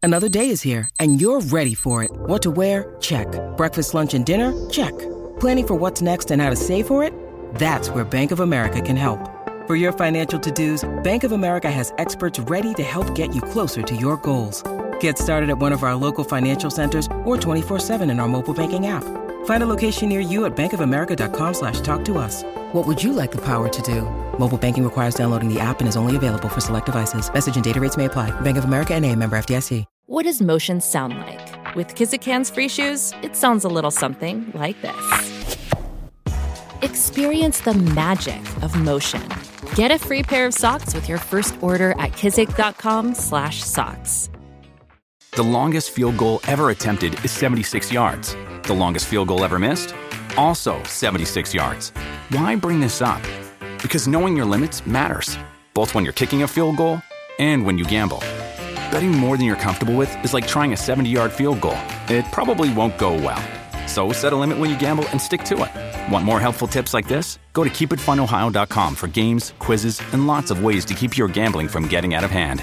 Another day is here, and you're ready for it. What to wear? Check. Breakfast, lunch, and dinner? Check. Planning for what's next and how to save for it? That's where Bank of America can help. For your financial to-dos, Bank of America has experts ready to help get you closer to your goals. Get started at one of our local financial centers or 24/7 in our mobile banking app. Find a location near you at bankofamerica.com/talktous. What would you like the power to do? Mobile banking requires downloading the app and is only available for select devices. Message and data rates may apply. Bank of America N.A., member FDIC. What does motion sound like? With Kizikans free shoes, it sounds a little something like this. Experience the magic of motion. Get a free pair of socks with your first order at kizik.com/socks. The longest field goal ever attempted is 76 yards. The longest field goal ever missed? Also 76 yards. Why bring this up? Because knowing your limits matters, both when you're kicking a field goal and when you gamble. Betting more than you're comfortable with is like trying a 70-yard field goal. It probably won't go well. So set a limit when you gamble and stick to it. Want more helpful tips like this? Go to keepitfunohio.com for games, quizzes, and lots of ways to keep your gambling from getting out of hand.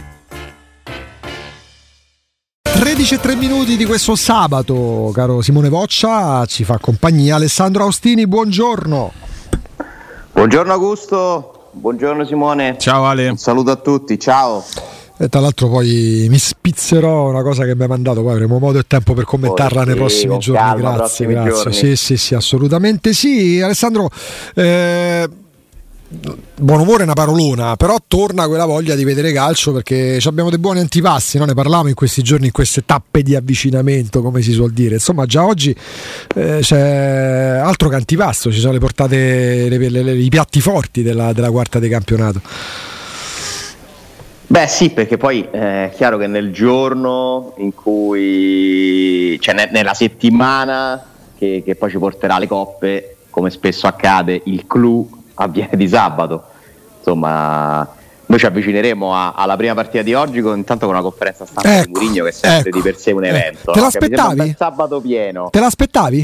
13:03 di questo sabato, caro Simone Voccia, ci fa compagnia Alessandro Austini, buongiorno. Buongiorno Augusto, buongiorno Simone. Ciao Ale. Un saluto a tutti, ciao. E tra l'altro poi mi spizzerò una cosa che mi hai mandato, poi avremo modo e tempo per commentarla nei prossimi giorni. Calma, grazie. Giorni. Sì, assolutamente sì. Alessandro, buon umore è una parolona, però torna quella voglia di vedere calcio, perché abbiamo dei buoni antipasti, no? Ne parlavamo in questi giorni, in queste tappe di avvicinamento, come si suol dire. Insomma, già oggi c'è altro che antipasto, ci sono le portate, i piatti forti della quarta di campionato. Beh sì, perché poi è chiaro che nel giorno in cui, cioè nella settimana che poi ci porterà le coppe, come spesso accade, il clou avviene di sabato. Insomma, noi ci avvicineremo alla prima partita di oggi intanto con una conferenza stampa di Mourinho, che è sempre di per sé un evento. Te l'aspettavi? Un sabato pieno. Te l'aspettavi?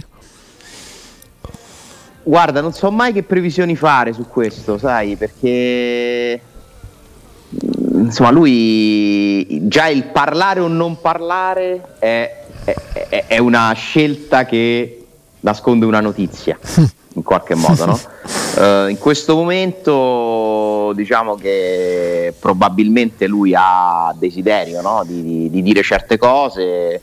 Guarda, non so mai che previsioni fare su questo, sai, perché insomma lui già il parlare o non parlare è una scelta che nasconde una notizia in qualche modo, no? In questo momento diciamo che probabilmente lui ha desiderio, no? di dire certe cose.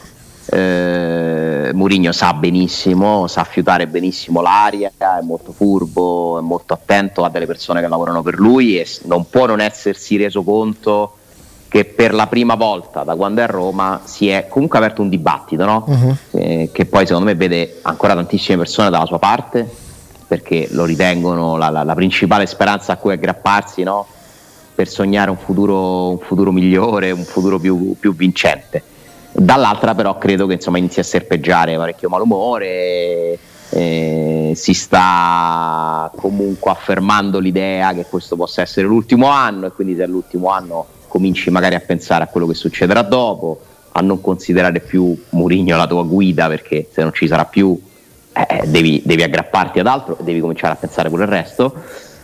Mourinho sa benissimo, sa fiutare benissimo l'aria, è molto furbo, è molto attento a delle persone che lavorano per lui e non può non essersi reso conto che per la prima volta da quando è a Roma si è comunque aperto un dibattito, no? Che poi secondo me vede ancora tantissime persone dalla sua parte, perché lo ritengono la principale speranza a cui aggrapparsi, no? Per sognare un futuro migliore, un futuro più vincente. Dall'altra però credo che insomma inizi a serpeggiare parecchio malumore, si sta comunque affermando l'idea che questo possa essere l'ultimo anno, e quindi se è l'ultimo anno cominci magari a pensare a quello che succederà dopo, a non considerare più Mourinho la tua guida, perché se non ci sarà più devi aggrapparti ad altro e devi cominciare a pensare pure il resto.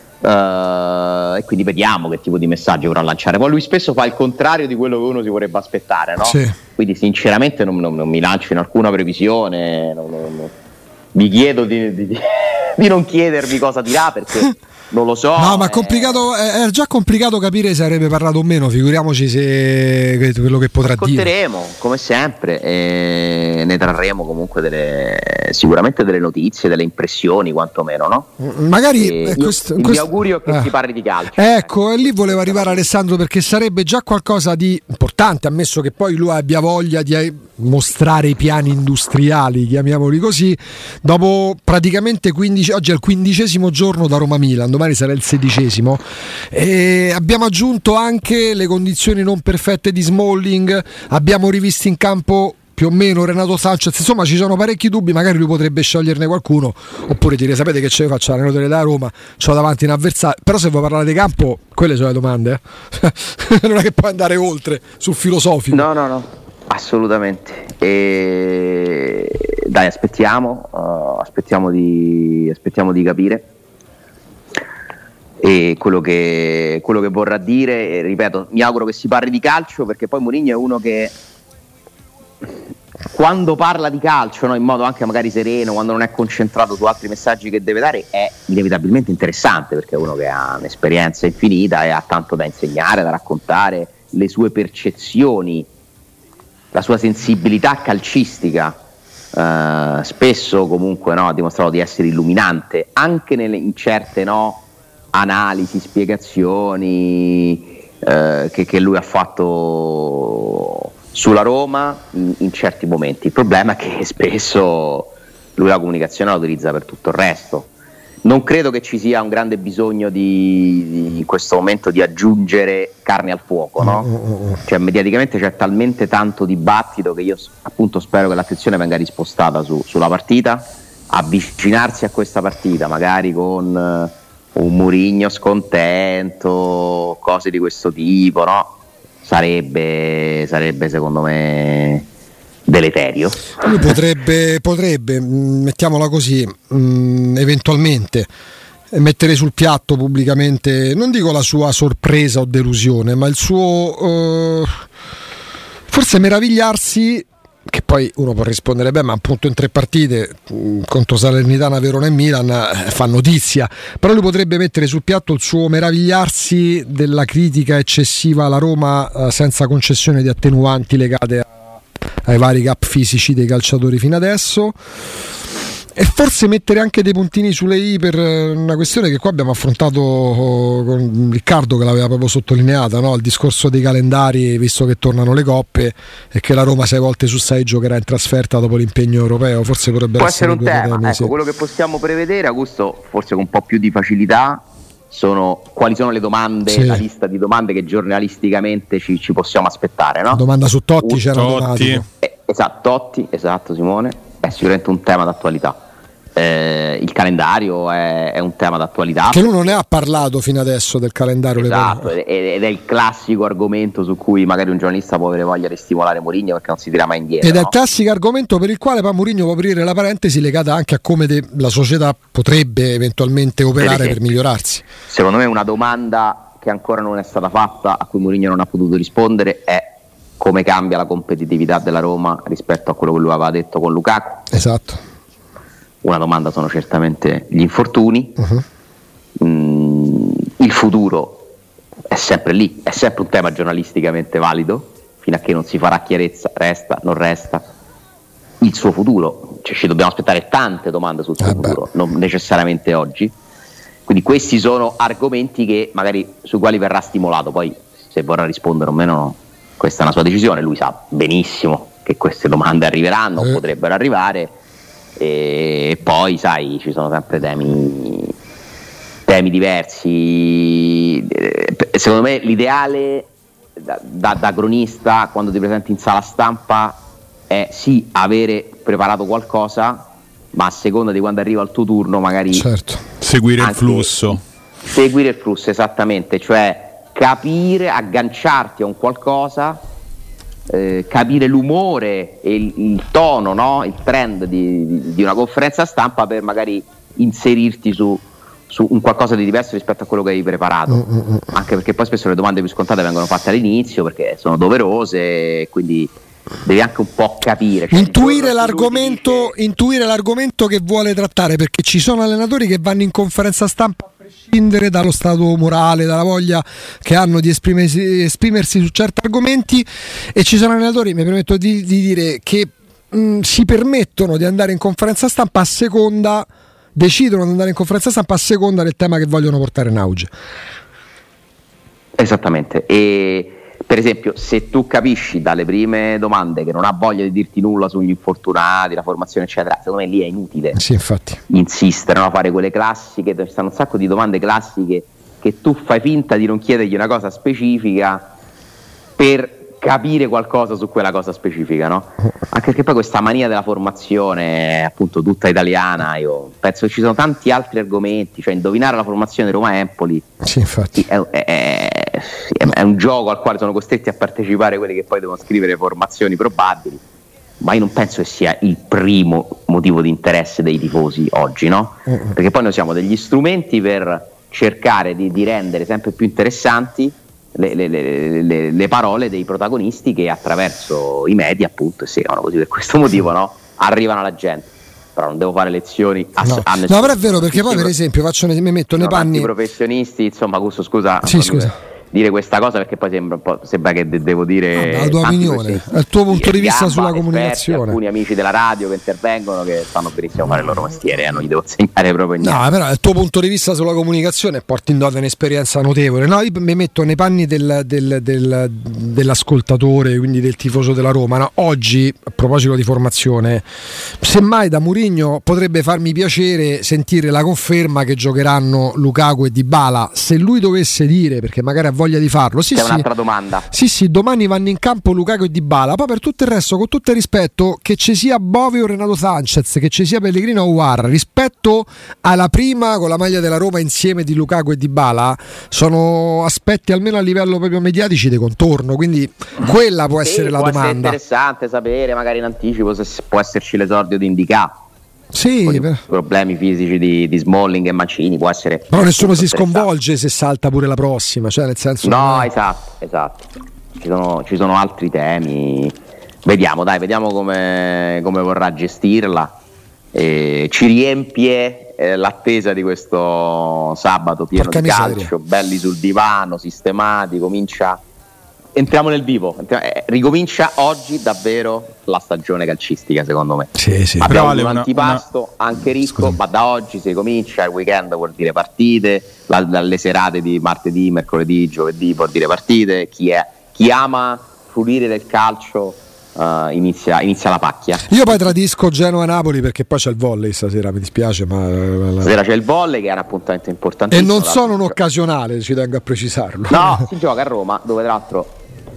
E quindi vediamo che tipo di messaggio vorrà lanciare. Poi lui spesso fa il contrario di quello che uno si vorrebbe aspettare, no? Sì. Quindi sinceramente non mi lancio in alcuna previsione, vi chiedo di non chiedermi cosa dirà, perché non lo so. No, ma è complicato, è già complicato capire se avrebbe parlato o meno, figuriamoci se quello che potrà dire. Ascolteremo come sempre e ne trarremo comunque sicuramente delle notizie, delle impressioni quantomeno, no? Magari il mio augurio è che si parli di calcio. Ecco, e lì voleva arrivare Alessandro, perché sarebbe già qualcosa di importante, ammesso che poi lui abbia voglia di mostrare i piani industriali, chiamiamoli così, dopo praticamente 15, oggi è il 15° giorno da Roma-Milan, domani sarà il 16°, e abbiamo aggiunto anche le condizioni non perfette di Smalling, abbiamo rivisto in campo più o meno Renato Sanchez, insomma ci sono parecchi dubbi, magari lui potrebbe scioglierne qualcuno, oppure dire sapete che ce faccio l'allenatore da Roma, c'ho davanti un avversario, però se vuoi parlare di campo quelle sono le domande, non è che puoi andare oltre sul filosofico. No, assolutamente. Dai, aspettiamo di capire e quello che vorrà dire. E ripeto, mi auguro che si parli di calcio, perché poi Mourinho è uno che quando parla di calcio, no, in modo anche magari sereno, quando non è concentrato su altri messaggi che deve dare, è inevitabilmente interessante, perché è uno che ha un'esperienza infinita e ha tanto da insegnare, da raccontare, le sue percezioni, la sua sensibilità calcistica. Spesso comunque, no, ha dimostrato di essere illuminante anche in certe, no, analisi, spiegazioni che lui ha fatto sulla Roma in certi momenti. Il problema è che spesso lui la comunicazione la utilizza per tutto il resto. Non credo che ci sia un grande bisogno in questo momento di aggiungere carne al fuoco, no? Cioè, mediaticamente c'è talmente tanto dibattito che io appunto spero che l'attenzione venga rispostata sulla partita, avvicinarsi a questa partita magari con un Mourinho scontento, cose di questo tipo, no? Sarebbe secondo me deleterio. Lui potrebbe, mettiamola così, eventualmente mettere sul piatto pubblicamente, non dico la sua sorpresa o delusione, ma il suo forse meravigliarsi, che poi uno può rispondere beh, ma appunto in 3 partite contro Salernitana, Verona e Milan fa notizia, però lui potrebbe mettere sul piatto il suo meravigliarsi della critica eccessiva alla Roma, senza concessione di attenuanti legate ai vari gap fisici dei calciatori fino adesso, e forse mettere anche dei puntini sulle i per una questione che qua abbiamo affrontato con Riccardo, che l'aveva proprio sottolineata, no? Il discorso dei calendari, visto che tornano le coppe e che la Roma 6 volte su 6 giocherà in trasferta dopo l'impegno europeo. Forse potrebbe essere un tema, ecco, sì. Quello che possiamo prevedere, Augusto, forse con un po' più di facilità, sono quali sono le domande, sì, la lista di domande che giornalisticamente ci possiamo aspettare, no? Domanda su Totti c'era automatico. Totti, esatto, Simone, è sicuramente un tema d'attualità. Il calendario è un tema d'attualità, che lui non ne ha parlato fino adesso del calendario, esatto, ed è il classico argomento su cui magari un giornalista può avere voglia di stimolare Mourinho, perché non si tira mai indietro, ed è il classico argomento per il quale poi Mourinho può aprire la parentesi legata anche a come la società potrebbe eventualmente operare per migliorarsi. Secondo me una domanda che ancora non è stata fatta, a cui Mourinho non ha potuto rispondere, è come cambia la competitività della Roma rispetto a quello che lui aveva detto con Lukaku. Esatto. Una domanda sono certamente gli infortuni. Il futuro è sempre lì, è sempre un tema giornalisticamente valido, fino a che non si farà chiarezza, resta, non resta. Il suo futuro, cioè, ci dobbiamo aspettare tante domande sul suo futuro, non necessariamente oggi. Quindi questi sono argomenti che magari sui quali verrà stimolato, poi se vorrà rispondere o meno, no, questa è una sua decisione. Lui sa benissimo che queste domande arriveranno o potrebbero arrivare. E poi sai, ci sono sempre temi diversi. Secondo me l'ideale da cronista, quando ti presenti in sala stampa, è sì avere preparato qualcosa, ma a seconda di quando arriva il tuo turno magari seguire il flusso, esattamente, cioè capire, agganciarti a un qualcosa, capire l'umore e il tono, no? Il trend di una conferenza stampa, per magari inserirti su un qualcosa di diverso rispetto a quello che hai preparato, anche perché poi spesso le domande più scontate vengono fatte all'inizio perché sono doverose, quindi devi anche un po' capire, cioè intuire l'argomento che vuole trattare, perché ci sono allenatori che vanno in conferenza stampa a prescindere dallo stato morale, dalla voglia che hanno di esprimersi su certi argomenti, e ci sono allenatori, mi permetto di dire, che si permettono di andare in conferenza stampa decidono di andare in conferenza stampa a seconda del tema che vogliono portare in auge. Esattamente. E per esempio, se tu capisci dalle prime domande che non ha voglia di dirti nulla sugli infortunati, la formazione eccetera, secondo me lì è inutile insistere, no? Fare quelle classiche, ci stanno un sacco di domande classiche che tu fai finta di non chiedergli una cosa specifica per capire qualcosa su quella cosa specifica, no? Anche perché poi questa mania della formazione è appunto tutta italiana. Io penso che ci sono tanti altri argomenti, cioè indovinare la formazione Roma-Empoli è un gioco al quale sono costretti a partecipare quelli che poi devono scrivere formazioni probabili, ma io non penso che sia il primo motivo di interesse dei tifosi oggi, no? Perché poi noi siamo degli strumenti per cercare di rendere sempre più interessanti le parole dei protagonisti che attraverso i media appunto seguono così, per questo motivo arrivano alla gente. Però non devo fare lezioni a nessuno. No, però è vero, perché poi per esempio mi metto nei panni professionisti, insomma, Gusto, scusa. Sì, scusa. Dire questa cosa perché poi sembra che devo dire la tua opinione, il tuo punto di vista sulla comunicazione. Alcuni amici della radio che intervengono, che sanno benissimo fare il loro mestiere, non gli devo insegnare proprio niente. No, però il tuo punto di vista sulla comunicazione porti in dote un'esperienza notevole. No, io mi metto nei panni dell'ascoltatore, quindi del tifoso della Roma. No? Oggi, a proposito di formazione, semmai da Mourinho potrebbe farmi piacere sentire la conferma che giocheranno Lukaku e Dybala. Se lui dovesse dire, perché magari voglia di farlo, c'è un'altra domanda. Sì, domani vanno in campo Lukaku e Dybala. Poi per tutto il resto, con tutto il rispetto, che ci sia Bove o Renato Sanchez, che ci sia Pellegrino o Aouar, rispetto alla prima con la maglia della Roma insieme di Lukaku e Dybala, sono aspetti almeno a livello proprio mediatici di contorno, quindi quella può essere la domanda. È interessante sapere magari in anticipo se può esserci l'esordio di Indicà. Sì, problemi fisici di Smalling e Mancini, può essere. Però nessuno si sconvolge se salta pure la prossima, cioè nel senso. No, esatto. Ci sono altri temi. Vediamo come vorrà gestirla. Ci riempie l'attesa di questo sabato pieno di calcio, belli sul divano, sistemati, entriamo nel vivo, ricomincia oggi davvero la stagione calcistica, secondo me. Sì. Abbiamo un antipasto anche ricco, ma da oggi si comincia, il weekend vuol dire partite, dalle serate di martedì, mercoledì, giovedì vuol dire partite, chi ama fruire del calcio inizia la pacchia. Io poi tradisco Genoa-Napoli perché poi c'è il volley stasera, mi dispiace, ma stasera c'è il volley che è un appuntamento importantissimo. E non sono un occasionale, ci tengo a precisarlo. No, si gioca a Roma, dove tra l'altro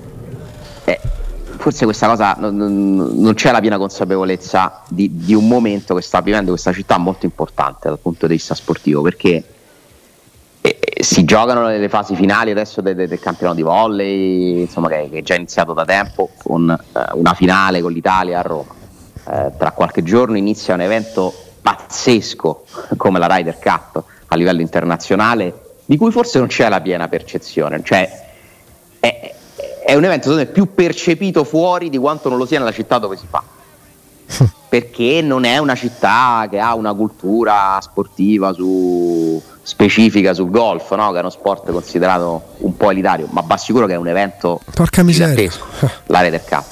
forse questa cosa non c'è la piena consapevolezza di un momento che sta vivendo questa città molto importante dal punto di vista sportivo, perché si giocano le fasi finali adesso del campionato di volley, insomma, che è già iniziato da tempo con una finale con l'Italia a Roma. Tra qualche giorno inizia un evento pazzesco come la Ryder Cup a livello internazionale, di cui forse non c'è la piena percezione, cioè è un evento secondo me più percepito fuori di quanto non lo sia nella città dove si fa, perché non è una città che ha una cultura sportiva specifica sul golf, no? Che è uno sport considerato un po' elitario, ma va sicuro che è un evento gigantesco, la Ryder Cup.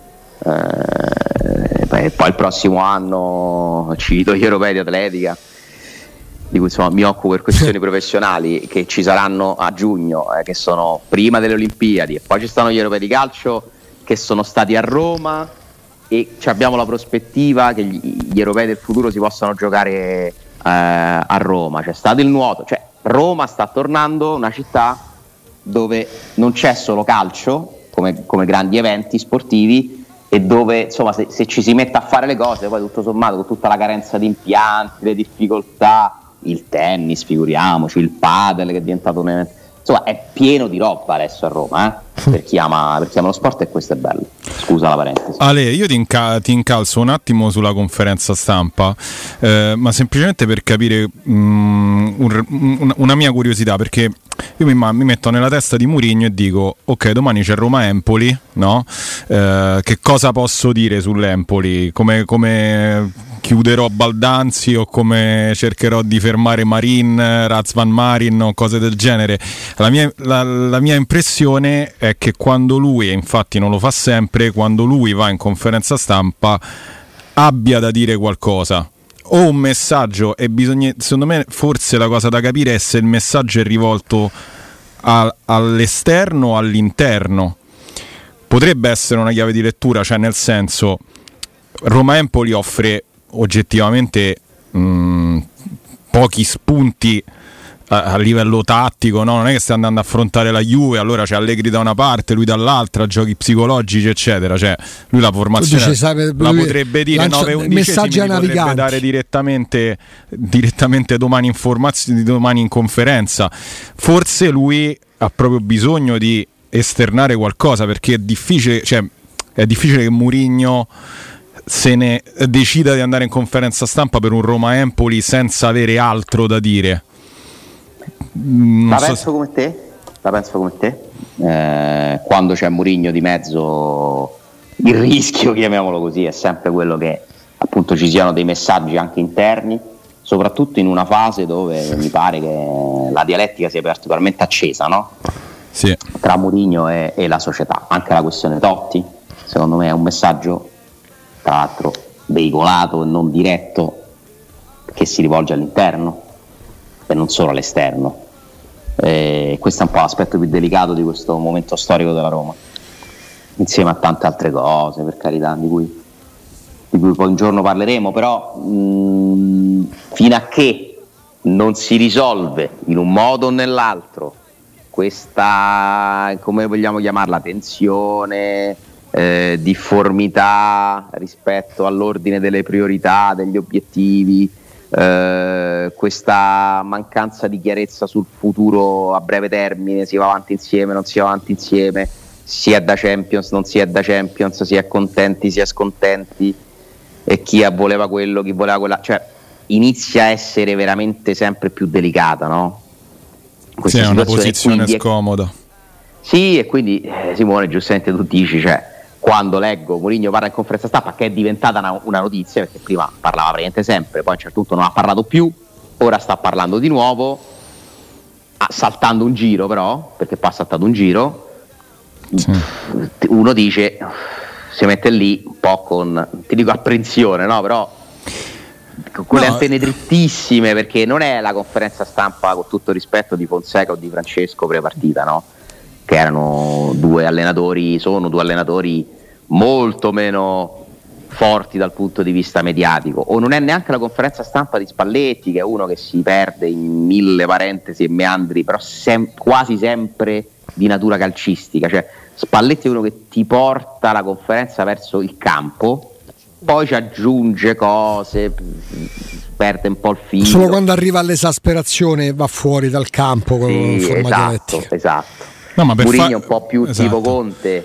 Poi il prossimo anno cito gli europei di atletica, di cui insomma mi occupo per questioni professionali, che ci saranno a giugno, che sono prima delle Olimpiadi, e poi ci stanno gli europei di calcio che sono stati a Roma, e abbiamo la prospettiva che gli europei del futuro si possano giocare a Roma. C'è stato il nuoto, cioè Roma sta tornando una città dove non c'è solo calcio come grandi eventi sportivi, e dove insomma se ci si mette a fare le cose, poi tutto sommato, con tutta la carenza di impianti, le difficoltà, il tennis, figuriamoci, il padel che è diventato un evento, insomma è pieno di roba adesso a Roma, per chi ama lo sport, e questo è bello. Scusa la parentesi. Ale, io ti incalzo un attimo sulla conferenza stampa, ma semplicemente per capire una mia curiosità, perché io mi metto nella testa di Mourinho e dico: ok, domani c'è Roma-Empoli, no? Che cosa posso dire sull'Empoli? Come chiuderò Baldanzi, o come cercherò di fermare Marin, Razvan Marin o cose del genere? La mia impressione è che quando lui, e infatti non lo fa sempre, quando lui va in conferenza stampa abbia da dire qualcosa o un messaggio, e bisogna, secondo me forse la cosa da capire è se il messaggio è rivolto all'esterno o all'interno. Potrebbe essere una chiave di lettura, cioè nel senso, Roma-Empoli offre oggettivamente pochi spunti a livello tattico, no? Non è che stai andando a affrontare la Juve, allora c'è Allegri da una parte, lui dall'altra, giochi psicologici eccetera, cioè lui la formazione la potrebbe dire 9-11, messaggi potrebbe dare direttamente domani domani in conferenza. Forse lui ha proprio bisogno di esternare qualcosa, perché è difficile che Mourinho se ne decida di andare in conferenza stampa per un Roma-Empoli senza avere altro da dire. La penso come te. quando c'è Mourinho di mezzo il rischio, chiamiamolo così, è sempre quello che appunto ci siano dei messaggi anche interni, soprattutto in una fase dove mi pare che la dialettica sia particolarmente accesa, no? Sì. Tra Mourinho e la società. Anche la questione Totti, secondo me è un messaggio, tra l'altro veicolato e non diretto, che si rivolge all'interno e non solo all'esterno. Questo è un po' l'aspetto più delicato di questo momento storico della Roma, insieme a tante altre cose, per carità, di cui poi un giorno parleremo, però fino a che non si risolve in un modo o nell'altro questa, come vogliamo chiamarla, tensione, difformità rispetto all'ordine delle priorità, degli obiettivi, questa mancanza di chiarezza sul futuro a breve termine, si va avanti insieme, non si va avanti insieme, si è da Champions, non si è da Champions, si è contenti, si è scontenti, e chi voleva quello, chi voleva quella, cioè inizia a essere veramente sempre più delicata, no? Sì, è una posizione scomoda. Sì, e quindi Simone, giustamente tu dici, cioè, quando leggo Mourinho parla in conferenza stampa, che è diventata una notizia, perché prima parlava praticamente sempre, poi a un certo punto non ha parlato più, ora sta parlando di nuovo, saltando un giro però, perché poi ha saltato un giro, sì. Uno dice, si mette lì un po' con, ti dico apprensione, no? Però con le antenne drittissime, perché non è la conferenza stampa, con tutto rispetto, di Fonseca o di Francesco pre-partita, no? Che erano sono due allenatori molto meno forti dal punto di vista mediatico, o non è neanche la conferenza stampa di Spalletti, che è uno che si perde in 1000 parentesi e meandri, però quasi sempre di natura calcistica, cioè Spalletti è uno che ti porta la conferenza verso il campo, poi ci aggiunge cose, perde un po' il filo. Solo quando arriva all'esasperazione va fuori dal campo con forma dialettica. Esatto. No, ma Mourinho è un po' più tipo Conte,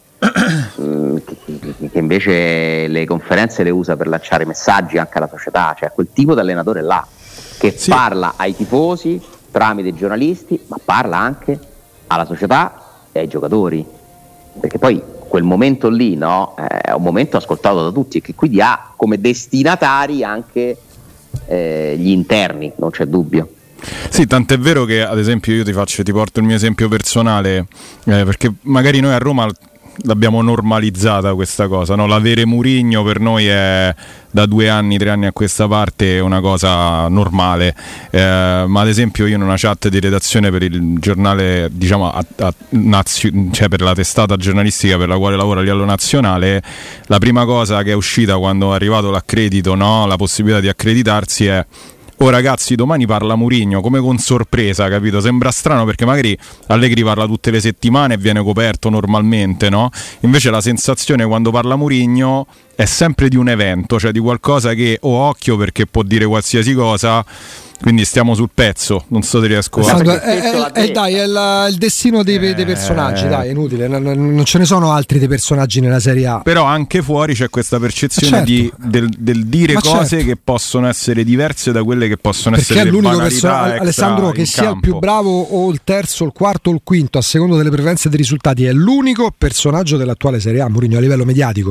che invece le conferenze le usa per lanciare messaggi anche alla società, cioè quel tipo di allenatore là, che parla ai tifosi tramite i giornalisti, ma parla anche alla società e ai giocatori, perché poi quel momento lì, no, è un momento ascoltato da tutti e che quindi ha come destinatari anche gli interni, non c'è dubbio. Sì, tant'è vero che ad esempio io ti porto il mio esempio personale, perché magari noi a Roma l'abbiamo normalizzata questa cosa, no? L'avere Mourinho per noi è da 2 anni, 3 anni a questa parte una cosa normale, ma ad esempio io in una chat di redazione per il giornale, diciamo cioè per la testata giornalistica per la quale lavoro a livello nazionale, la prima cosa che è uscita quando è arrivato l'accredito, no? La possibilità di accreditarsi è: oh ragazzi, domani parla Mourinho, come con sorpresa, capito? Sembra strano perché magari Allegri parla tutte le settimane e viene coperto normalmente, no? Invece la sensazione quando parla Mourinho è sempre di un evento, cioè di qualcosa che ho occhio perché può dire qualsiasi cosa, quindi stiamo sul pezzo, non so se riesco a... Dai, è il destino dei personaggi, dai, è inutile, non ce ne sono altri dei personaggi nella Serie A. Però anche fuori c'è questa percezione del dire cose che possono essere diverse da quelle che possono essere le banalità extra. Perché è l'unico Alessandro, che sia il più bravo o il terzo, il quarto o il quinto, a seconda delle preferenze dei risultati, è l'unico personaggio dell'attuale Serie A, Mourinho, a livello mediatico.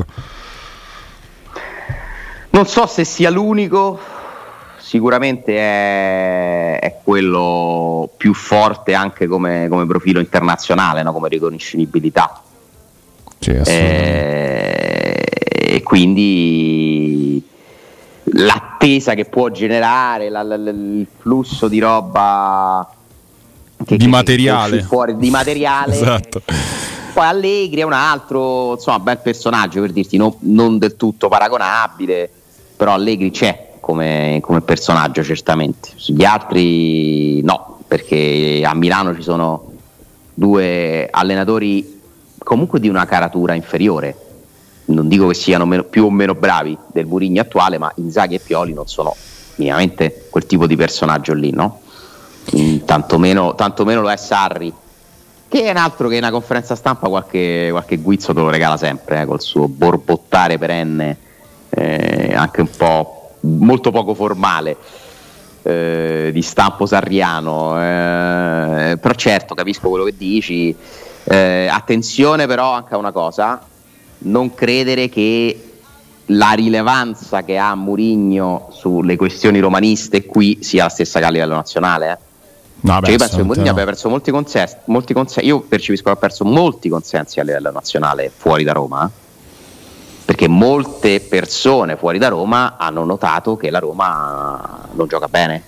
Non so se sia l'unico, sicuramente è quello più forte anche come profilo internazionale, no? Come riconoscibilità. Sì, e quindi l'attesa che può generare, il flusso di roba di materiale fuori, di materiale. Esatto. Poi Allegri è un altro, insomma, bel personaggio, per dirti, non del tutto paragonabile, però Allegri c'è come personaggio, certamente. Gli altri no, perché a Milano ci sono 2 allenatori comunque di una caratura inferiore, non dico che siano più o meno bravi del Mourinho attuale, ma Inzaghi e Pioli non sono minimamente quel tipo di personaggio lì, no? Tantomeno lo è Sarri, che è un altro che in una conferenza stampa qualche guizzo te lo regala sempre, col suo borbottare perenne, anche un po' molto poco formale, di stampo sarriano, però certo capisco quello che dici. Attenzione però anche a una cosa, non credere che la rilevanza che ha Mourinho sulle questioni romaniste qui sia la stessa che a livello nazionale. No, io penso che Mourinho abbia perso molti consensi, io percepisco che ha perso molti consensi a livello nazionale fuori da Roma, perché molte persone fuori da Roma hanno notato che la Roma non gioca bene,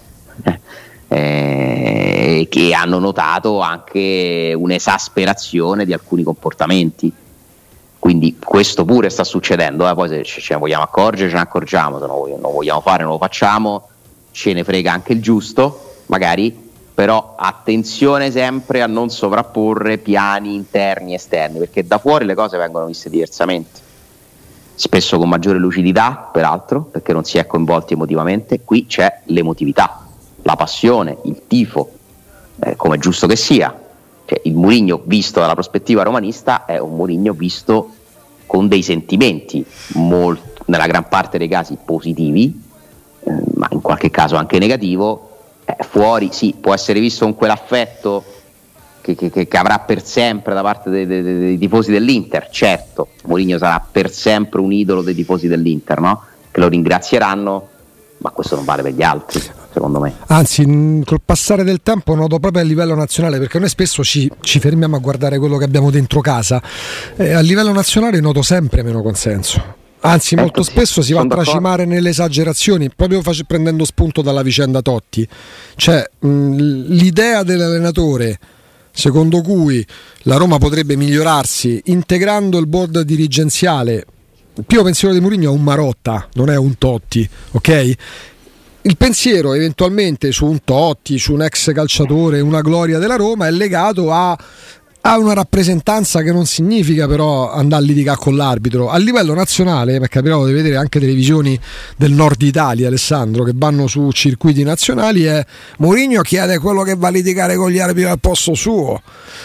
che hanno notato anche un'esasperazione di alcuni comportamenti. Quindi questo pure sta succedendo, poi se ce ne vogliamo accorgere ce ne accorgiamo, se non lo vogliamo fare non lo facciamo, ce ne frega anche il giusto magari, però attenzione sempre a non sovrapporre piani interni e esterni, perché da fuori le cose vengono viste diversamente, spesso con maggiore lucidità peraltro, perché non si è coinvolti emotivamente. Qui c'è l'emotività, la passione, il tifo, come è giusto che sia. Cioè, il Mourinho visto dalla prospettiva romanista è un Mourinho visto con dei sentimenti nella gran parte dei casi positivi, ma in qualche caso anche negativo. Fuori sì, può essere visto con quell'affetto che avrà per sempre da parte dei tifosi dell'Inter. Certo, Mourinho sarà per sempre un idolo dei tifosi dell'Inter, no? Che lo ringrazieranno, ma questo non vale per gli altri, secondo me. Anzi, col passare del tempo noto proprio a livello nazionale, perché noi spesso ci fermiamo a guardare quello che abbiamo dentro casa, a livello nazionale noto sempre meno consenso. Anzi, molto spesso si va a tracimare nelle esagerazioni, proprio prendendo spunto dalla vicenda Totti. Cioè, l'idea dell'allenatore secondo cui la Roma potrebbe migliorarsi integrando il board dirigenziale. Il primo pensiero di Mourinho è un Marotta, non è un Totti, ok? Il pensiero eventualmente su un Totti, su un ex calciatore, una gloria della Roma è legato a una rappresentanza che non significa però andare a litigare con l'arbitro. A livello nazionale mi è capitato di vedere anche televisioni del nord Italia, Alessandro, che vanno su circuiti nazionali, e Mourinho chiede quello che va a litigare con gli arbitri al posto suo.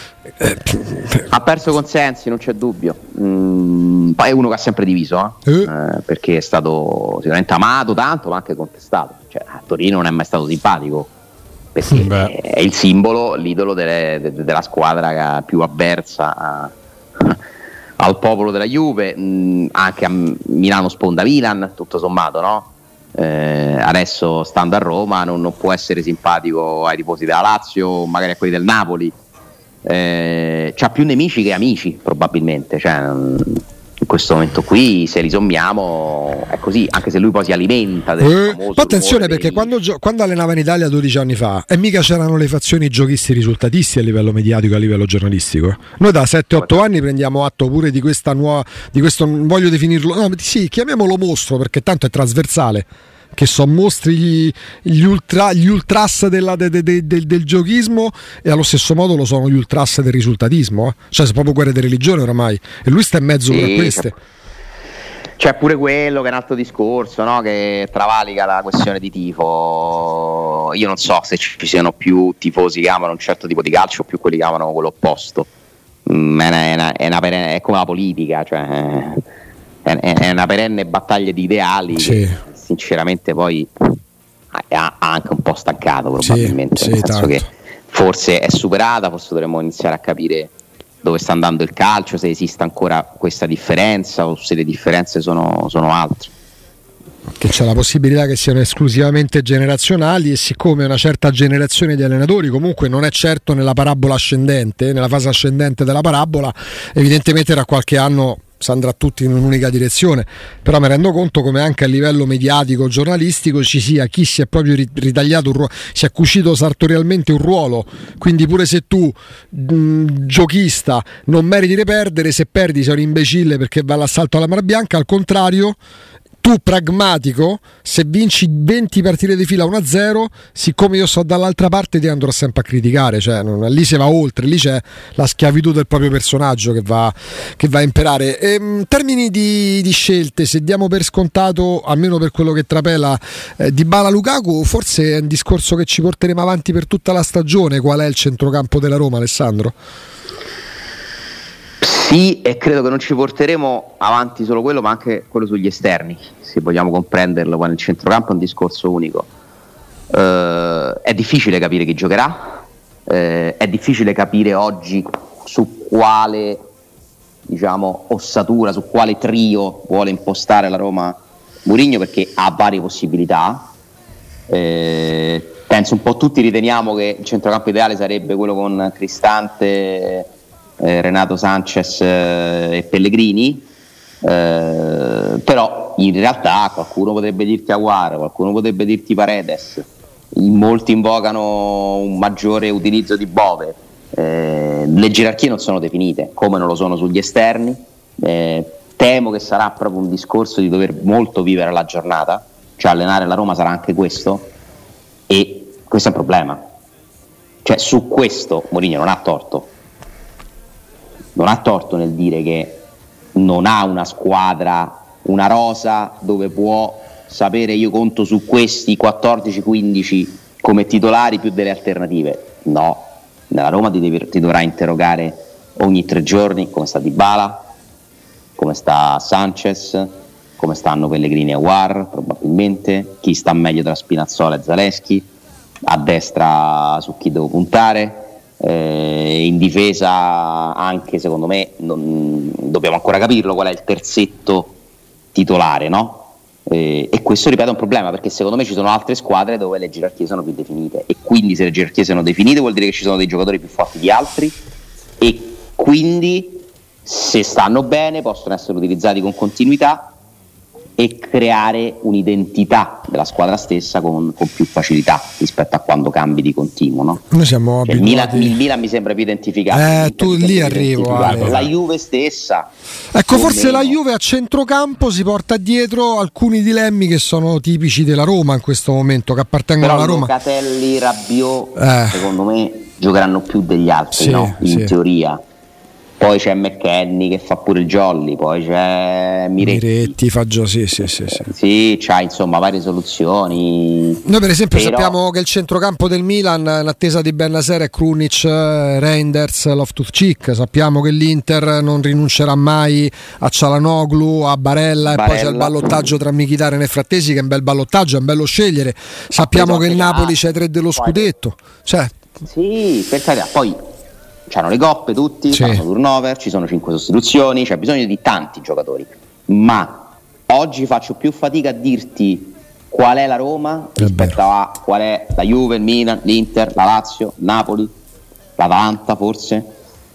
Ha perso consensi, non c'è dubbio. Poi è uno che ha sempre diviso, perché è stato sicuramente amato tanto, ma anche contestato. Cioè, a Torino non è mai stato simpatico, perché è il simbolo, l'idolo della squadra più avversa al popolo della Juve. Anche a Milano sponda Milan, tutto sommato, no? Adesso stando a Roma non può essere simpatico ai tifosi della Lazio, magari a quelli del Napoli. C'ha più nemici che amici probabilmente, cioè, in questo momento qui, se li sommiamo, è così, anche se lui poi si alimenta del famoso attenzione, perché quando allenava in Italia 12 anni fa e mica c'erano le fazioni giochisti risultatisti a livello mediatico, a livello giornalistico. Noi da 7-8 anni prendiamo atto pure di questa nuova, di questo, non voglio definirlo, no, sì, chiamiamolo mostro, perché tanto è trasversale, che sono mostri gli ultras del giochismo, e allo stesso modo lo sono gli ultras del risultatismo, Cioè, sono proprio guerre di religione oramai, e lui sta in mezzo a queste. C'è pure quello che è un altro discorso, no? Che travalica la questione di tifo. Io non so se ci siano più tifosi che amano un certo tipo di calcio o più quelli che amano quello opposto. È come la politica, cioè è una perenne battaglia di ideali. Sì. Sinceramente poi ha anche un po' stancato probabilmente, nel senso che forse è superata, forse dovremmo iniziare a capire dove sta andando il calcio, se esiste ancora questa differenza o se le differenze sono altre. Che c'è la possibilità che siano esclusivamente generazionali, e siccome una certa generazione di allenatori comunque non è certo nella parabola ascendente, nella fase ascendente della parabola, evidentemente tra qualche anno si andrà tutti in un'unica direzione. Però mi rendo conto come anche a livello mediatico, giornalistico, ci sia chi si è proprio ritagliato un ruolo, si è cucito sartorialmente un ruolo, quindi pure se tu giochista non meriti di perdere, se perdi sei un imbecille perché va all'assalto alla Mara Bianca. Al contrario, tu pragmatico, se vinci 20 partite di fila 1-0, siccome io sto dall'altra parte ti andrò sempre a criticare, cioè lì si va oltre, lì c'è la schiavitù del proprio personaggio che va a imperare. In termini di scelte, se diamo per scontato, almeno per quello che trapela, Dybala, Lukaku, forse è un discorso che ci porteremo avanti per tutta la stagione. Qual è il centrocampo della Roma, Alessandro? Sì, e credo che non ci porteremo avanti solo quello, ma anche quello sugli esterni, se vogliamo comprenderlo. Poi nel centrocampo è un discorso unico. È difficile capire chi giocherà, è difficile capire oggi su quale, diciamo, ossatura, su quale trio vuole impostare la Roma Mourinho, perché ha varie possibilità. Penso un po' tutti riteniamo che il centrocampo ideale sarebbe quello con Cristante, Renato Sanchez e Pellegrini, però in realtà qualcuno potrebbe dirti Aguar, qualcuno potrebbe dirti Paredes, molti invocano un maggiore utilizzo di Bove. Le gerarchie non sono definite, come non lo sono sugli esterni. Temo che sarà proprio un discorso di dover molto vivere la giornata, cioè allenare la Roma sarà anche questo, e questo è un problema. Cioè, su questo Mourinho non ha torto nel dire che non ha una squadra, una rosa dove può sapere io conto su questi 14-15 come titolari più delle alternative. No, nella Roma ti dovrà interrogare ogni 3 giorni come sta Dybala, come sta Sanchez, come stanno Pellegrini e Aguar, probabilmente chi sta meglio tra Spinazzola e Zalewski, a destra su chi devo puntare, in difesa anche, secondo me dobbiamo ancora capirlo qual è il terzetto titolare, no? E questo, ripeto, è un problema, perché secondo me ci sono altre squadre dove le gerarchie sono più definite, e quindi se le gerarchie sono definite vuol dire che ci sono dei giocatori più forti di altri, e quindi se stanno bene possono essere utilizzati con continuità e creare un'identità della squadra stessa con più facilità rispetto a quando cambi di continuo, no? Noi siamo abituati. Il Milan mi sembra più identificato. Tu lì arrivo, la Juve stessa. Ecco, forse la Juve a centrocampo si porta dietro alcuni dilemmi che sono tipici della Roma in questo momento, che appartengono alla Roma. Locatelli, Rabiot, secondo me giocheranno più degli altri, no? In teoria. Poi c'è McKennie che fa pure il jolly, poi c'è Miretti fa già sì, c'ha insomma varie soluzioni. Noi per esempio sappiamo che il centrocampo del Milan in attesa di Bennacer è Krunic, Reinders, Loftus-Cheek. Sappiamo che l'Inter non rinuncerà mai a Çalhanoğlu, a Barella, e poi c'è il ballottaggio tra Mkhitaryan e Frattesi, che è un bel ballottaggio, è un bello scegliere. Sappiamo che il Napoli c'è 3 dello scudetto, sì, per carità, poi c'hanno le coppe tutti, fanno turnover, ci sono 5 sostituzioni, c'è bisogno di tanti giocatori, ma oggi faccio più fatica a dirti qual è la Roma rispetto a qual è la Juve, il Milan, l'Inter, la Lazio, il Napoli, l'Atalanta forse,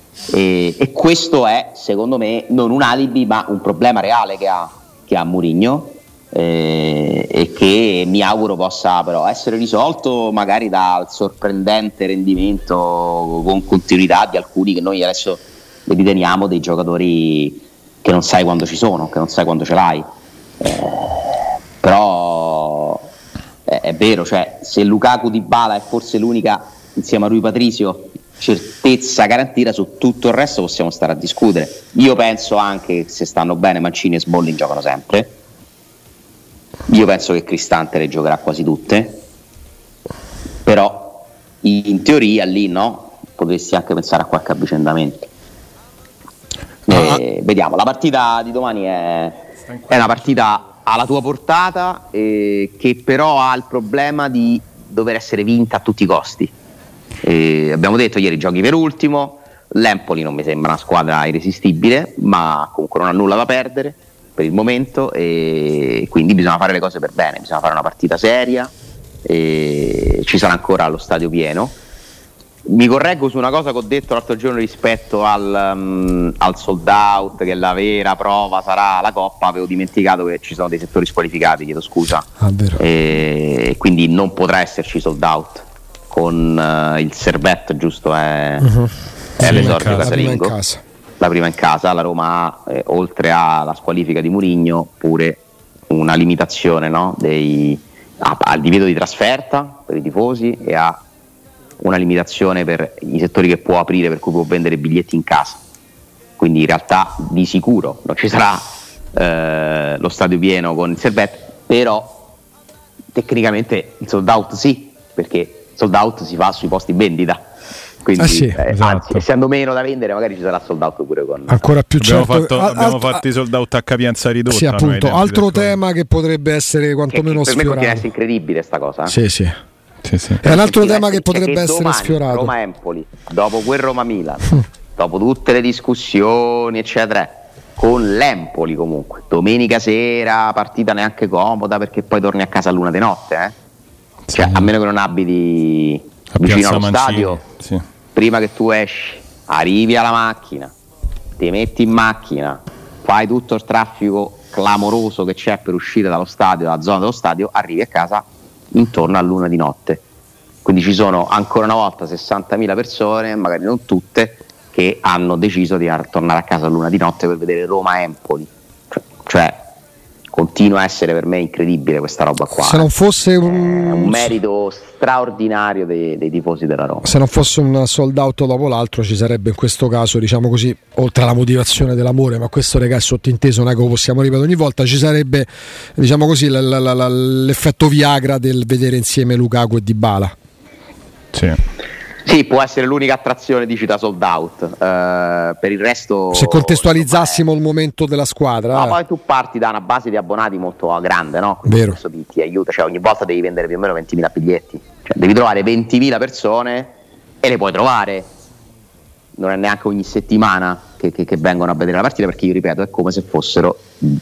e questo è secondo me non un alibi ma un problema reale che ha Mourinho, e che mi auguro possa però essere risolto magari dal sorprendente rendimento con continuità di alcuni che noi adesso riteniamo dei giocatori che non sai quando ci sono, che non sai quando ce l'hai, però è vero, cioè se Lukaku, Dybala è forse l'unica insieme a Rui Patricio certezza garantita, su tutto il resto possiamo stare a discutere. Io penso anche che se stanno bene Mancini e Smalling giocano sempre. Io penso che Cristante le giocherà quasi tutte, però in teoria lì potresti anche pensare a qualche avvicendamento. Vediamo, la partita di domani è una partita alla tua portata, che però ha il problema di dover essere vinta a tutti i costi. Abbiamo detto ieri giochi per ultimo, l'Empoli non mi sembra una squadra irresistibile, ma comunque non ha nulla da perdere per il momento, e quindi bisogna fare le cose per bene, bisogna fare una partita seria, e ci sarà ancora lo stadio pieno. Mi correggo su una cosa che ho detto l'altro giorno rispetto al sold out, che la vera prova sarà la Coppa. Avevo dimenticato che ci sono dei settori squalificati, chiedo scusa, e quindi non potrà esserci sold out con il Servette, giusto? È l'esordio casalingo, la prima in casa. La Roma ha, oltre alla squalifica di Mourinho, pure una limitazione, no? Al divieto di trasferta per i tifosi, e ha una limitazione per i settori che può aprire, per cui può vendere biglietti in casa. Quindi in realtà di sicuro non ci sarà lo stadio pieno con il Servette, però tecnicamente il sold out sì, perché sold out si fa sui posti vendita. Quindi, esatto. Anzi, essendo meno da vendere, magari ci sarà sold out pure con ancora più. Abbiamo fatto i sold out a capienza ridotta. Sì, appunto, altro tema che potrebbe essere quantomeno per sfiorato. Per me è incredibile sta cosa. Sì. È un altro tema che potrebbe essere sfiorato. Roma-Empoli, dopo quel Roma-Milan, dopo tutte le discussioni eccetera, con l'Empoli comunque, domenica sera, partita neanche comoda perché poi torni a casa all'1 di notte, cioè a meno che non abiti vicino allo stadio, sì. Prima che tu esci, arrivi alla macchina, ti metti in macchina, fai tutto il traffico clamoroso che c'è per uscire dallo stadio, dalla zona dello stadio, arrivi a casa intorno all'1 di notte. Quindi ci sono ancora una volta 60.000 persone, magari non tutte, che hanno deciso di tornare a casa all'1 di notte per vedere Roma-Empoli. Cioè continua a essere per me incredibile questa roba qua. Se non fosse un merito straordinario dei tifosi della Roma. Se non fosse un sold out dopo l'altro, ci sarebbe in questo caso, diciamo così, oltre alla motivazione dell'amore, ma questo è sottinteso, non è che lo possiamo ripetere ogni volta, ci sarebbe, diciamo così, l'effetto Viagra del vedere insieme Lukaku e Dybala. Sì, può essere l'unica attrazione di città sold out. Per il resto, se contestualizzassimo il momento della squadra, poi tu parti da una base di abbonati molto grande, no? Vero. Questo ti aiuta, cioè ogni volta devi vendere più o meno 20.000 biglietti, cioè devi trovare 20.000 persone e le puoi trovare. Non è neanche ogni settimana che vengono a vedere la partita, perché io ripeto, è come se fossero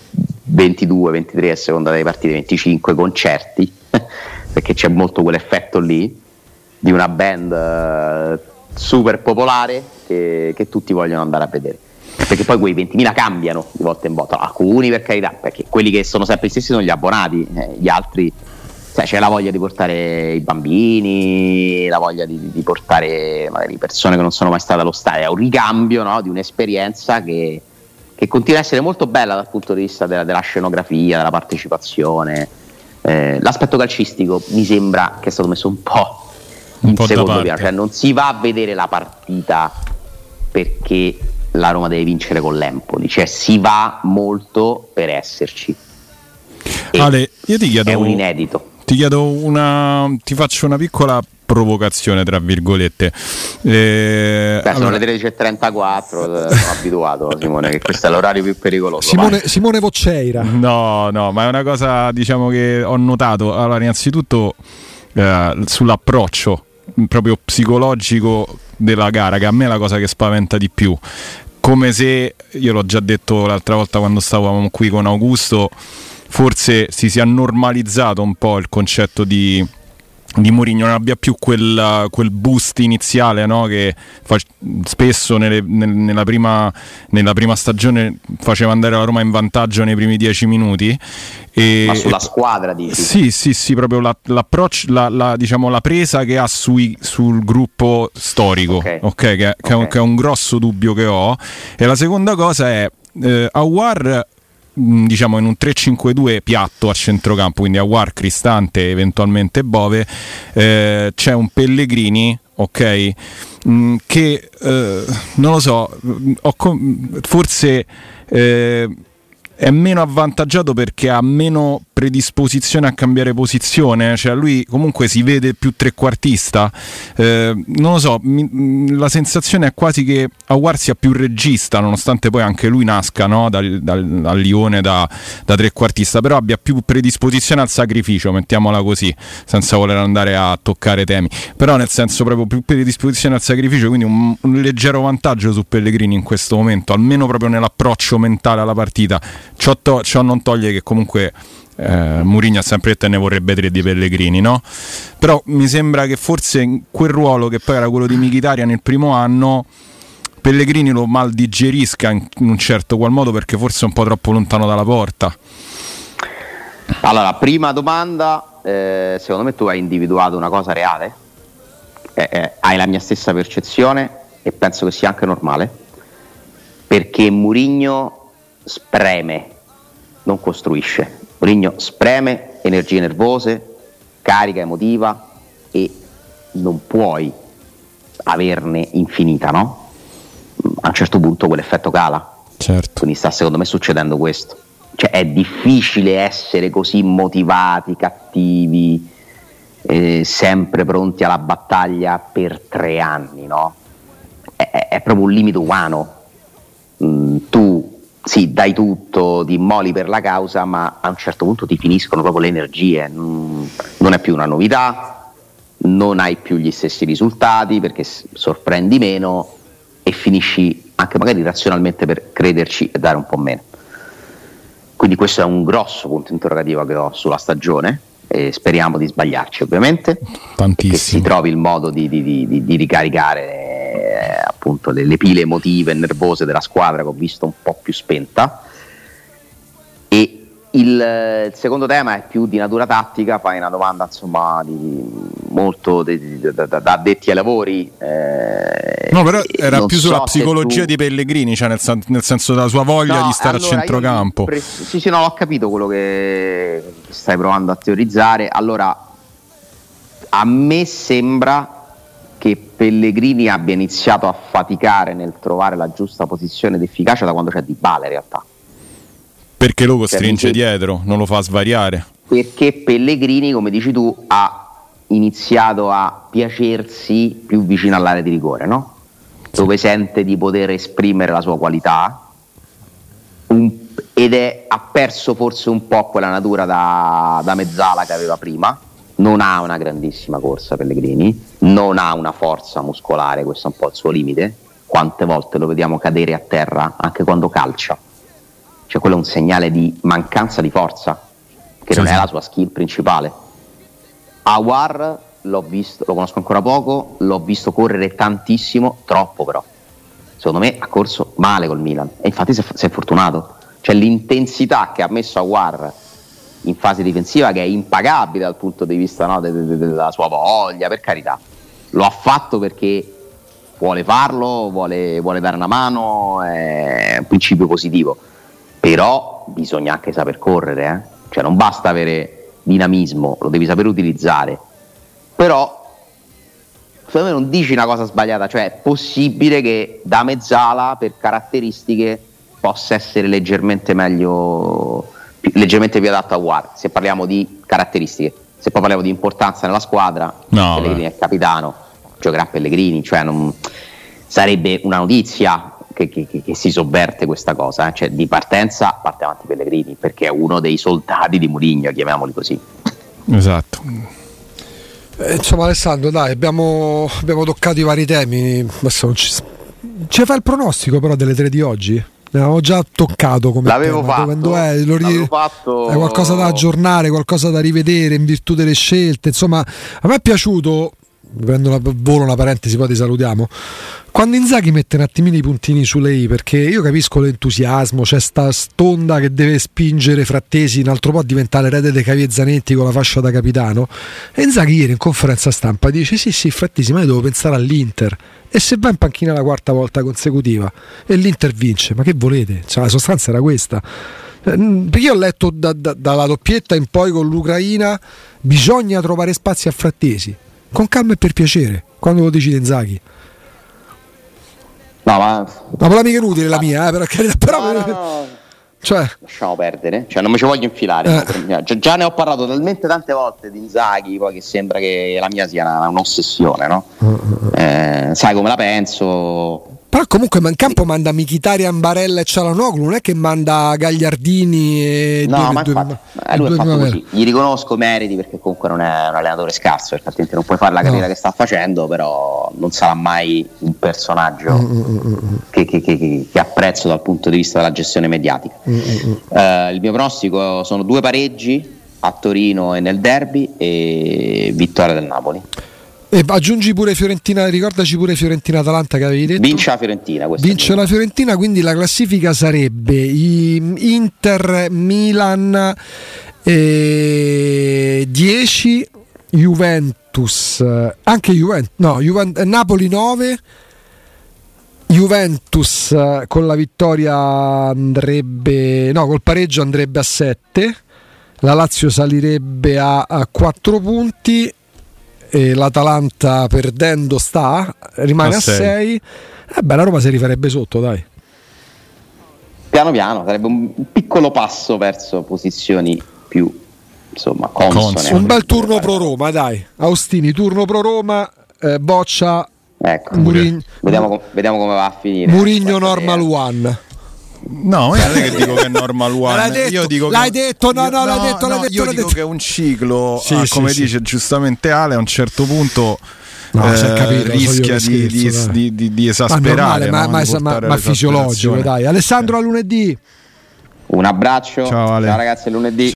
22, 23 a seconda delle partite, 25 concerti perché c'è molto quell'effetto lì di una band super popolare che tutti vogliono andare a vedere, perché poi quei 20.000 cambiano di volta in volta, alcuni per carità, perché quelli che sono sempre gli stessi sono gli abbonati, gli altri c'è la voglia di portare i bambini, la voglia di portare magari persone che non sono mai state allo stadio, è un ricambio, no? Di un'esperienza che continua a essere molto bella dal punto di vista della scenografia, della partecipazione. L'aspetto calcistico mi sembra che è stato messo un po' in secondo piano, cioè non si va a vedere la partita perché la Roma deve vincere con l'Empoli, cioè si va molto per esserci. Ale, io ti chiedo, è un inedito. Ti faccio una piccola provocazione tra virgolette. Sono le 13.34, sono abituato, Simone, che questo è l'orario più pericoloso. Simone Vocceira. No, ma è una cosa, diciamo, che ho notato. Allora, innanzitutto sull'approccio proprio psicologico della gara, che a me è la cosa che spaventa di più. Come se, io l'ho già detto l'altra volta quando stavamo qui con Augusto, forse si sia normalizzato un po' il concetto di Mourinho, non abbia più quel boost iniziale, no? Che spesso nella prima stagione faceva andare la Roma in vantaggio nei primi 10 minuti. Ma sulla squadra dici? Sì, proprio l'approccio, diciamo, la presa che ha sul gruppo storico, okay, che è un grosso dubbio che ho. E la seconda cosa è Aouar, diciamo, in un 3-5-2 piatto a centrocampo, quindi Aouar, Cristante, eventualmente Bove, c'è un Pellegrini, ok, che non lo so, forse è meno avvantaggiato perché ha meno predisposizione a cambiare posizione, cioè lui comunque si vede più trequartista, non lo so, la sensazione è quasi che Aouar sia più regista, nonostante poi anche lui nasca, no? dal Lione da trequartista, però abbia più predisposizione al sacrificio, mettiamola così, senza voler andare a toccare temi, però nel senso proprio più predisposizione al sacrificio, quindi un leggero vantaggio su Pellegrini in questo momento, almeno proprio nell'approccio mentale alla partita. Ciò non toglie che comunque Mourinho ha sempre detto che ne vorrebbe 3 di Pellegrini, no? Però mi sembra che forse in quel ruolo, che poi era quello di Mkhitaryan nel primo anno, Pellegrini lo mal digerisca in un certo qual modo, perché forse è un po' troppo lontano dalla porta. Allora, prima domanda, secondo me tu hai individuato una cosa reale, hai la mia stessa percezione e penso che sia anche normale, perché Mourinho spreme, non costruisce. Mourinho spreme energie nervose, carica emotiva, e non puoi averne infinita, no? A un certo punto quell'effetto cala. Certo. Quindi secondo me succedendo questo. Cioè è difficile essere così motivati, cattivi, sempre pronti alla battaglia per 3 anni, no? È proprio un limite umano. Tu sì, dai tutto, ti immoli per la causa, ma a un certo punto ti finiscono proprio le energie, non è più una novità, non hai più gli stessi risultati perché sorprendi meno e finisci anche magari razionalmente per crederci e dare un po' meno. Quindi questo è un grosso punto interrogativo che ho sulla stagione, e speriamo di sbagliarci ovviamente, tantissimo, che si trovi il modo di ricaricare appunto le pile emotive e nervose della squadra, che ho visto un po' più spenta. E il secondo tema è più di natura tattica, fai una domanda insomma molto da addetti ai lavori. No, però era più sulla psicologia di Pellegrini, cioè nel senso della sua voglia di stare a centrocampo. Sì, no, ho capito quello che stai provando a teorizzare. Allora, a me sembra che Pellegrini abbia iniziato a faticare nel trovare la giusta posizione ed efficacia da quando c'è Dybala in realtà. Perché lo costringe dietro, non lo fa svariare. Perché Pellegrini, come dici tu, ha iniziato a piacersi più vicino all'area di rigore, no? Dove sente di poter esprimere la sua qualità ha perso forse un po' quella natura da mezzala che aveva prima. Non ha una grandissima corsa Pellegrini, non ha una forza muscolare, questo è un po' il suo limite. Quante volte lo vediamo cadere a terra anche quando calcia? Cioè quello è un segnale di mancanza di forza, che non è la sua skill principale. Aouar l'ho visto, lo conosco ancora poco, l'ho visto correre tantissimo, troppo però. Secondo me ha corso male col Milan e infatti si è fortunato. Cioè l'intensità che ha messo Aouar in fase difensiva, che è impagabile dal punto di vista, no, della sua voglia, per carità. Lo ha fatto perché vuole farlo, vuole dare una mano, è un principio positivo. Però bisogna anche saper correre, cioè non basta avere dinamismo, lo devi sapere utilizzare. Però secondo me non dici una cosa sbagliata, cioè è possibile che da mezzala per caratteristiche possa essere leggermente meglio, leggermente più adatto a Aouar, se parliamo di caratteristiche. Se poi parliamo di importanza nella squadra, Pellegrini è capitano, giocherà Pellegrini, cioè non sarebbe una notizia che si sovverte questa cosa, cioè di partenza parte avanti Pellegrini, perché è uno dei soldati di Mourinho, chiamiamoli così. Esatto. Insomma, Alessandro, dai, abbiamo toccato i vari temi. Adesso ci fa il pronostico però delle 3 di oggi? Ne avevo già toccato come l'avevo tema. Fatto. È qualcosa da aggiornare, qualcosa da rivedere in virtù delle scelte. Insomma, a me è piaciuto, prendo volo una parentesi, poi ti salutiamo, quando Inzaghi mette un attimino i puntini sulle i, perché io capisco l'entusiasmo, c'è sta stonda che deve spingere Frattesi un altro po' a diventare erede dei Cavi e Zanetti con la fascia da capitano, e Inzaghi ieri in conferenza stampa dice sì Frattesi, ma io devo pensare all'Inter, e se va in panchina la 4ª volta consecutiva e l'Inter vince, ma che volete? Cioè, la sostanza era questa. Perché io ho letto dalla doppietta in poi con l'Ucraina bisogna trovare spazi a Frattesi, con calma e per piacere, quando lo decide Inzaghi. No, ma una polemica inutile la mia, però no. Cioè, lasciamo perdere, cioè non mi ci voglio infilare. Già ne ho parlato talmente tante volte di Inzaghi, poi che sembra che la mia sia un'ossessione, no? Sai come la penso. Però comunque in campo manda Mkhitaryan, Barella e Çalhanoğlu, non è che manda Gagliardini e no, ma infatti lui è fatto così. Gli riconosco meriti, perché comunque non è un allenatore scarso, perché altrimenti non puoi fare la carriera che sta facendo, però non sarà mai un personaggio che apprezzo dal punto di vista della gestione mediatica. Il mio pronostico sono 2 pareggi a Torino e nel derby e vittoria del Napoli. E aggiungi pure Fiorentina, ricordaci pure Fiorentina-Atalanta che avevi detto. Vince la Fiorentina. Vince la Fiorentina, quindi la classifica sarebbe Inter, Milan 10, Juventus, anche Napoli 9, Juventus con la vittoria col pareggio andrebbe a 7, la Lazio salirebbe a 4 punti, e l'Atalanta perdendo rimane a 6. La Roma si rifarebbe sotto, dai. Piano piano sarebbe un piccolo passo verso posizioni più, insomma, consone. Un bel turno pro Roma, dai. Austini, turno pro Roma, Boccia, ecco. Vediamo come va a finire. Mourinho normal one. No, io non è che dico che è normal one. Io dico l'hai detto, l'hai detto. Io dico che è un ciclo, come dice giustamente Ale, a un certo punto rischia di esasperare, ma fisiologico, dai. Alessandro, a lunedì. Un abbraccio, ciao ragazzi, a lunedì.